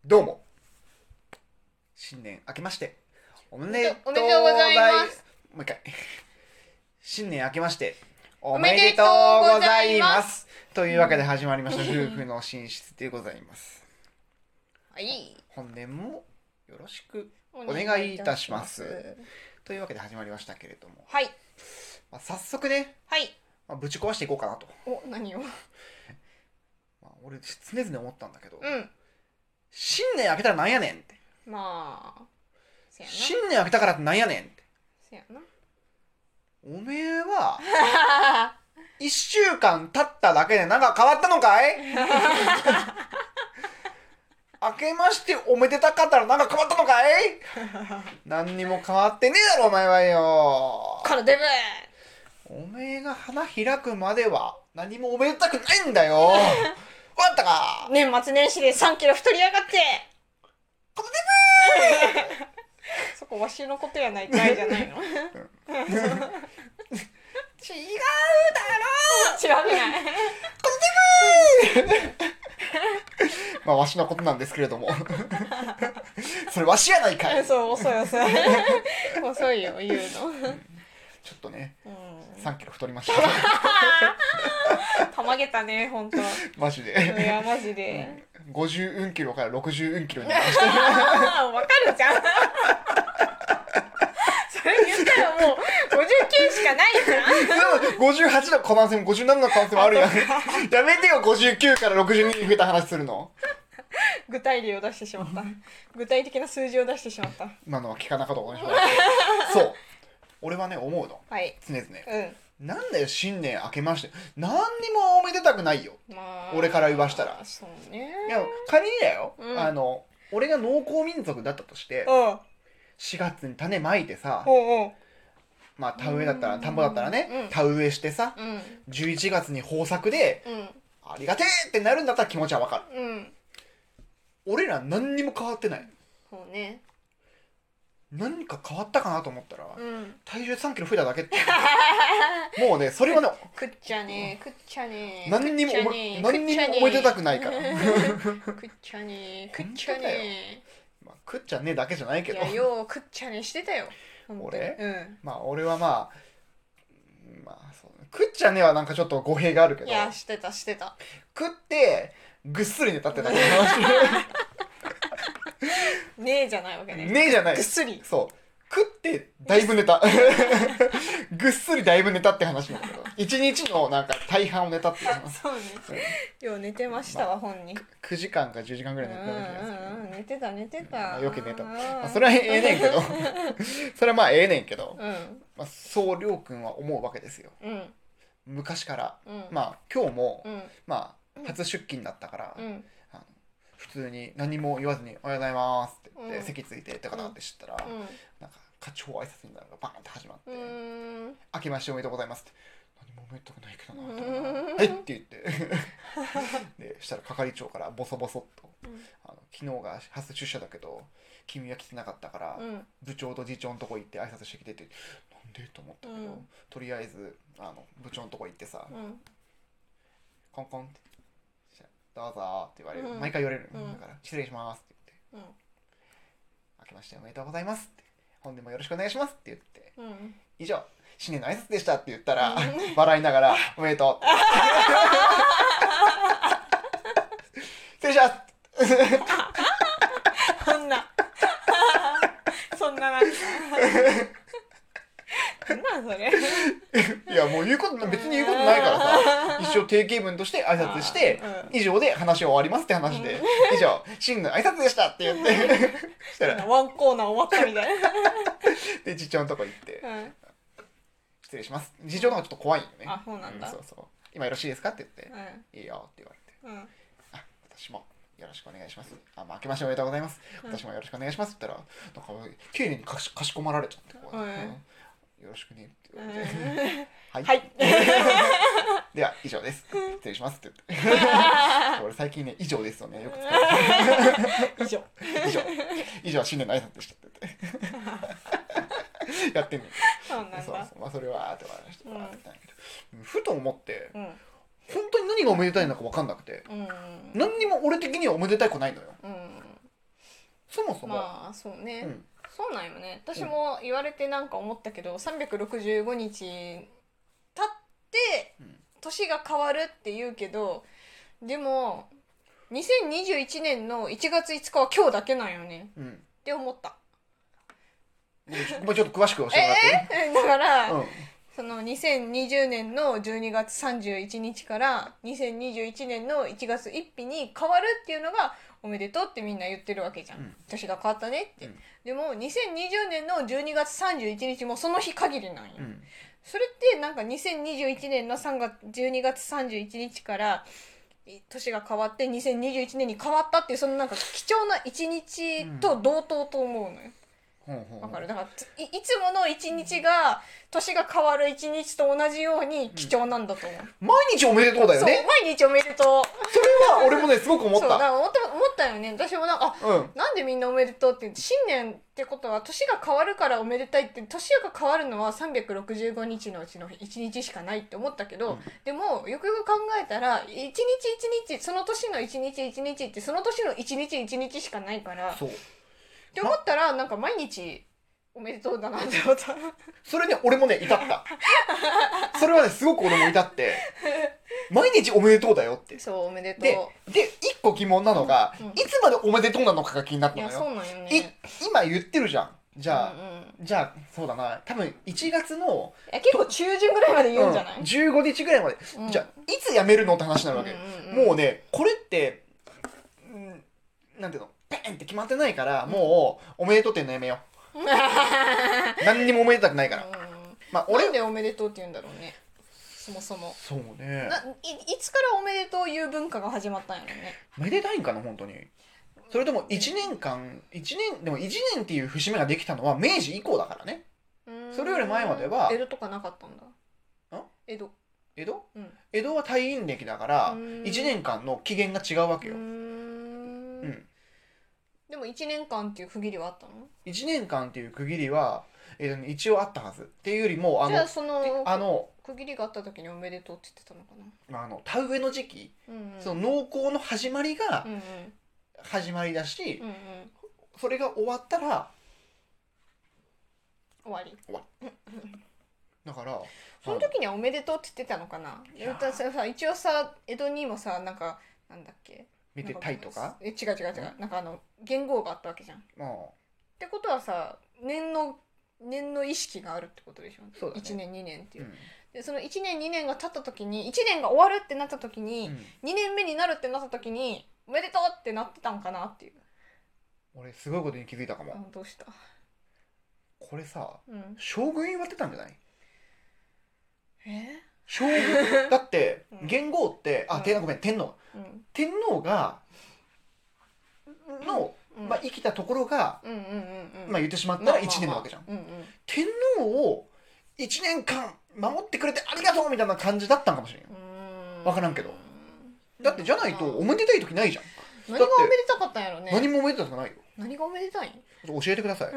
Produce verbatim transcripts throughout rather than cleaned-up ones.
どうも新年明けましておめでとうおめでとうございます。 もう一回新年明けましておおめでとうございますというわけで始まりました、 うん夫婦の寝室でございます。 はい。 本年もよろしくおお願いいたしますというわけで始まりましたけれども、 はい。 まあ、早速ね、 はい。 まあ、ぶち壊していこうかなと、 お、何を？ まあ、俺常々思ったんだけど、 うん。 新年明けたらなんやねんって、 まあ。せやな。 新年明けたからってなんやねんって、 せやな。 おめえはいっしゅうかん経っただけで何か変わったのかい明けましておめでたかったら何か変わったのかい何にも変わってねえだろお前はよ。 このデブおめえが花開くまでは何もおめでたくないんだよわかったか。 年末年始でさんキロ太りやがってこのデブそこわしのことやないかいじゃないの違う違うだろ違うないまあわしのことなんですけれどもそれわしやないかい。 そう遅い遅い遅いよ言うのちょっとね、 うん、 さんキロ太りましたたまげたねほんとマジでいやマジで、 うん、ごじゅううんキロからろくじゅううんキロになりましたわかるじゃんそれ言ったらもうごじゅうきゅうしかないじゃんごじゅうはちの可能性もごじゅうななの可能性もあるやんやめてよごじゅうきゅうからろくじゅうにに増えた話するの。 具体例を出してしまった具体的な数字を出してしまった。 今のは聞かなかったことにしますそう俺はね思うの、 はい、 常々、 うん、 なんだよ新年明けまして何にもおめでたくないよ、まあ、俺から言わしたら。 そうね。 いや仮にだよ、 うん、 あの俺が農耕民族だったとして、 うん、 しがつに種まいてさ、 うんうん、 まあ田植えだったら田んぼだったらね、 うん、 田植えしてさ、うん、じゅういちがつに豊作で、うん、ありがてえってなるんだったら気持ちはわかる、うん、俺ら何にも変わってない。 そうね。 何か変わったかなと思ったら、 うん、 体重さんキロ増えただけってもうねそれはねくっちゃねくっちゃね何にも何にもおめでたくないからくっちゃねくっちゃねまあ食っちゃねえだけじゃないけど、 いやようくっちゃねしてたよ俺、 うん、 まあ俺はまあまあそう食っちゃねえはなんかちょっと語弊があるけど、 いやしてたしてた食ってぐっすり寝たってだけの話ねえじゃないわけね。 ねえじゃない。 ぐっすり。 そう食ってだいぶ寝たぐっすりだいぶ寝たって話なんだけどいちにちのなんか大半を寝たっていう話そうね、うん、よう寝てましたわ、まあ、本にくじかんかじゅうじかんぐらい寝てたわけですけど、うんうん、寝てた寝てた、 まあ、よく寝た、まあ、それはええねんけどそれはまあええねんけど、うんまあ、そうりょうくんは思うわけですよ、うん、昔から、うん、まあ今日も、うん、まあ初出勤だったから、うん、あの普通に何も言わずにおはようございますって言って、うん、席ついてってかなって知ったら、うん、なんか課長挨拶みたいなのがバーンって始まって、うん、明けましておめでとうございますって何もおめでとうないけどなとかはいって言ってでしたら係長からボソボソっと、うん、あの昨日が初出社だけど君は来てなかったから、うん、部長と次長のとこ行って挨拶してきてってなんでと思ったけど、うん、とりあえずあの部長のとこ行ってさ、うん、コンコンってどうぞって言われる、うん、毎回言われる、うん、だから失礼しますって言って、うん、明けましておめでとうございますって本年もよろしくお願いしますって言って、うん、以上新年の挨拶でしたって言ったら、うん、笑いながらおめでとう失礼しますそんなそんななんかなんそれいやもう言うこと別に言うことないからさ一生定型文として挨拶して、うん、以上で話終わりますって話で、うん、以上新年の挨拶でしたって言ってしたらワンコーナー終わったみたいなで次長のとこ行って、うん、失礼します次長の方がちょっと怖いよね。 あそうなんだ、 うん、そうそう今よろしいですかって言って、うん、いいよって言われて、うん、あ私もよろしくお願いします。あ、まあ、明けましておめでとうございます、うん、私もよろしくお願いしますって言ったらなんか丁寧にかし、かしこまられちゃってこう、うんうんよろしくねって言われて、うん、はい、はい、では以上です失礼しますって言って俺最近ね以上ですよねよく使う以上以上以上は新年の挨拶でしたって言ってやってんねん。 そうなんだ。 そうそうまあそれはって話してもらってたんだけど、うん、ふと思って、うん、本当に何がおめでたいのか分かんなくて、うん、何にも俺的にはおめでたくないのよ、うん、 そもそもまあそうね、 うん、 そうなんよね。私も言われてなんか思ったけど、さんびゃくろくじゅうごにち経って年が変わるって言うけど、でもにせんにじゅういちねんのいちがついつかは今日だけなんよね、 うん、 って思った。 もうちょっと詳しく教えてもらってえー、だから、 うん、 そのにせんにじゅうねんのじゅうにがつさんじゅういちにちからにせんにじゅういちねんのいちがつついたちに変わるっていうのがおめでとうってみんな言ってるわけじゃん、うん、年が変わったねって、うん、でもにせんにじゅうねんのじゅうにがつさんじゅういちにちもその日限りなんよ、うん、それってなんかにせんにじゅういちねんのさんがつじゅうにがつさんじゅういちにちから年が変わってにせんにじゅういちねんに変わったっていうそのなんか貴重ないちにちと同等と思うのよ、わかる。だから い, いつもの一日が年が変わる一日と同じように貴重なんだと思う、 うん、毎日おめでとうだよね。 そう毎日おめでとう。 それは俺もねすごく思った。 そうだから思った思ったよね。私もなんか、うん、なんでみんなおめでとうって新年ってことは年が変わるからおめでたいって、年が変わるのはさんびゃくろくじゅうごにちのうちのいちにちしかないって思ったけど、うん、でもよくよく考えたら一日一日その年の一日一日ってその年の一日一日しかないから、そうって思ったらなんか毎日おめでとうだなって思った。 それね俺もね至ったそれはねすごく俺も至って毎日おめでとうだよって。 そうおめでとうでで一個疑問なのが、うん、いつまでおめでとうなのかが気になったのよ。 いやそうなんよね。 今言ってるじゃん。じゃあ、うんうん、じゃあそうだな多分いちがつのいや結構中旬ぐらいまで言うんじゃない、 うん、じゅうごにちぐらいまで、うん、じゃあいつやめるのって話になるわけ、うんうんうん、もうねこれって、うん、なんていうのペンって決まってないから、うん、もうおめでとうって言うのやめよう何にもおめでたくないから、うんまあ、俺なんでおめでとうって言うんだろうねそもそも。 そうねない、いつからおめでとう言う文化が始まったんやろね。 めでたいんかな本当に。それともいちねんかんいちねんでもいちねんっていう節目ができたのは明治以降だからね。それより前までは江戸とかなかったんだ。 ん江戸江戸、 うん、 江戸は太陰暦だからいちねんかんの期限が違うわけよ。うーん、 うん、でもいちねんかんっていう区切りはあったの？ いちねんかんっていう区切りは、えー、一応あったはずっていうよりもあのじゃあそのあの区切りがあった時におめでとうって言ってたのかな。 あの田植えの時期、うんうん、その農耕の始まりが始まりだし、うんうん、それが終わったら終わり終わりだからその時にはおめでとうって言ってたのかな。さ一応さ江戸にもさなんかなんだっけめでたいとかえ違う違う違う、うん、なんかあの元号があったわけじゃん。ってことはさ年の年の意識があるってことでしょ。そうだね、いちねんにねんっていう、うん、でそのいちねんにねんが経った時にいちねんが終わるってなった時に、うん、にねんめになるってなった時におめでとうってなってたんかなっていう。 俺すごいことに気づいたかも。 どうした？ これさ、うん、将軍言われてたんじゃない？ え将軍だって元号って、うん、あ、天ごめん天皇、うん、天皇がの、うんまあ、生きたところが、うんうんうんうん、まあ言ってしまったらいちねんなわけじゃん、まあまあまあうんうん、天皇をいちねんかん守ってくれてありがとうみたいな感じだったんかもしれん。分からんけどだってじゃないとおめでたい時ないじゃん。 何がおめでたかったんやろね。 何もおめでたくないよ。 何がおめでたいん？ 教えてください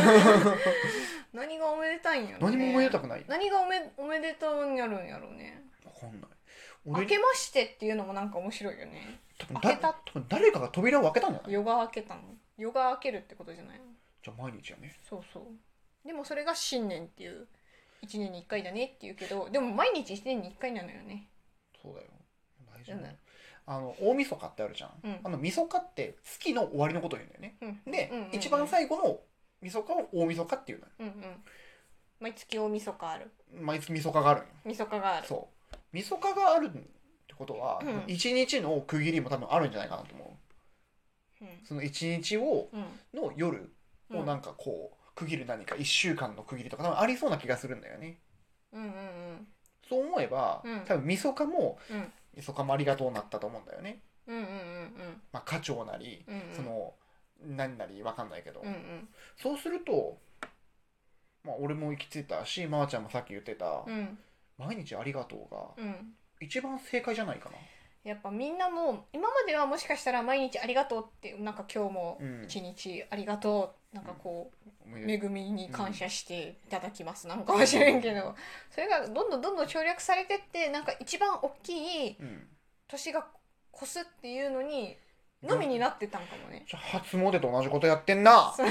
何がおめでたいんやろね。 何もおめでたくない。 何がおめ、おめでとうになるんやろうね。 分かんない。 明けましてっていうのもなんか面白いよね。 開けた。多分誰かが扉を開けたんじゃない？ 夜が開けたの。夜が開けるってことじゃないの。 じゃあ毎日やね。 そうそう。でもそれが新年っていういちねんにいっかいだねっていうけど、でも毎日いちねんにいっかいなのよね。 そうだよ。大事ね。あの大晦日ってあるじゃん、うん、あの晦日って月の終わりのことを言うんだよね、うん、で、うんうんうん、一番最後の晦日を大晦日っていうのよ、うんうん、 毎月大晦日ある。 毎月晦日があるんよ。 晦日がある。 そう晦日があるってことは、うん、一日の区切りも多分あるんじゃないかなと思う、うん、その一日を、うん、の夜をなんかこう区切る何かいっしゅうかんの区切りとか多分ありそうな気がするんだよね、うんうんうん、そう思えば、うん、多分晦日も、うん晦日もありがとうなったと思うんだよね。うんうんうんうん。まあ家長なり、うんうん、その何なりわかんないけど、うんうん、そうすると、まあ俺も行き着いたし、まーちゃんもさっき言ってた、うん、毎日ありがとうが、うん、一番正解じゃないかな。 やっぱみんなも今まではもしかしたら毎日ありがとうってなんか今日も一日ありがとう、うん、なんかこう、うん、恵みに感謝していただきますなのかもしれんけど、うん、それがどんどんどんどん省略されてってなんか一番大きい年が越すっていうのにのみになってたんかもね。 じゃあ初詣と同じことやってんな初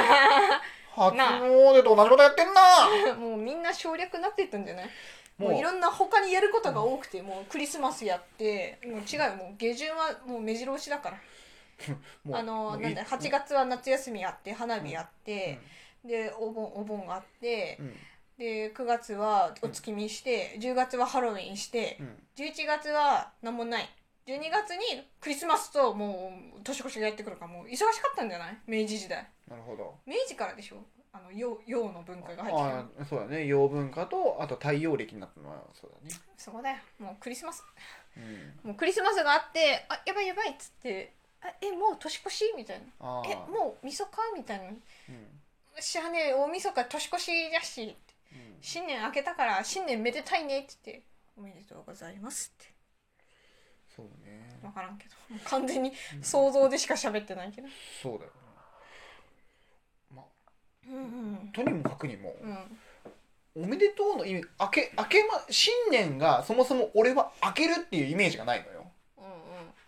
詣と同じことやってんなもうみんな省略になっていったんじゃない？もういろんな他にやることが多くて、もうクリスマスやってもう違うよ、もう下旬はもう目白押しだからあのなんだはちがつは夏休みやって花火やって、うん、でお盆お盆があって、うん、でくがつはお月見して、うん、じゅうがつはハロウィンして、うん、じゅういちがつは何もない、じゅうにがつにクリスマスともう年越しがやってくるから、もう忙しかったんじゃない？明治時代。 なるほど。 明治からでしょ、あの洋洋の文化が入ってきた。あ、そうだね、洋文化とあと太陽暦になったのはそうだね。 そこだよ、もうクリスマス、うん、もうクリスマスがあって、あ、やばいやばいっつって、あ、え、もう年越しみたいな、え、もうみそかみたいな、うん、しゃあねえ、大みそか年越しだし、うん、新年明けたから新年めでたいねって言って、おめでとうございますって。 そうね、 分からんけど、完全に想像でしか喋ってないけど、うん、 そうだよね。まあ、うんうん、とにもかくにも、うん、おめでとうの意味、明け明けま新年がそもそも俺は明けるっていうイメージがないのよ。うんうん、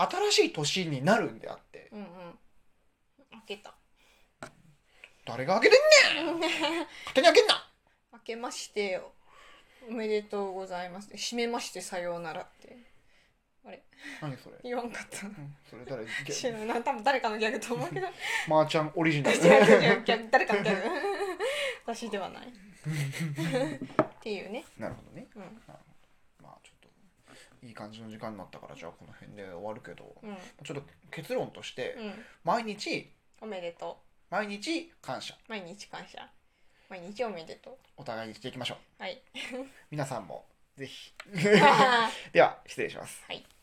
新しい年になるんであって、うんうん、 明けた。 誰が明けてんねん勝手に明けんな。 明けましておめでとうございます、締めましてさようならって、あれ何それ言わんかった、うん、 それ誰知らない、多分誰かのギャグと思うけどまーちゃんオリジナル違う違う違う誰かのギャグ私ではないっていうね。 なるほどね、うん、まあちょっといい感じの時間になったから、じゃあこの辺で終わるけど、うん、ちょっと結論として、うん、毎日おめでとう、毎日感謝、 毎日感謝、毎日おめでとう、 お互いにしていきましょう。 はい皆さんもぜひでは失礼します。 はい。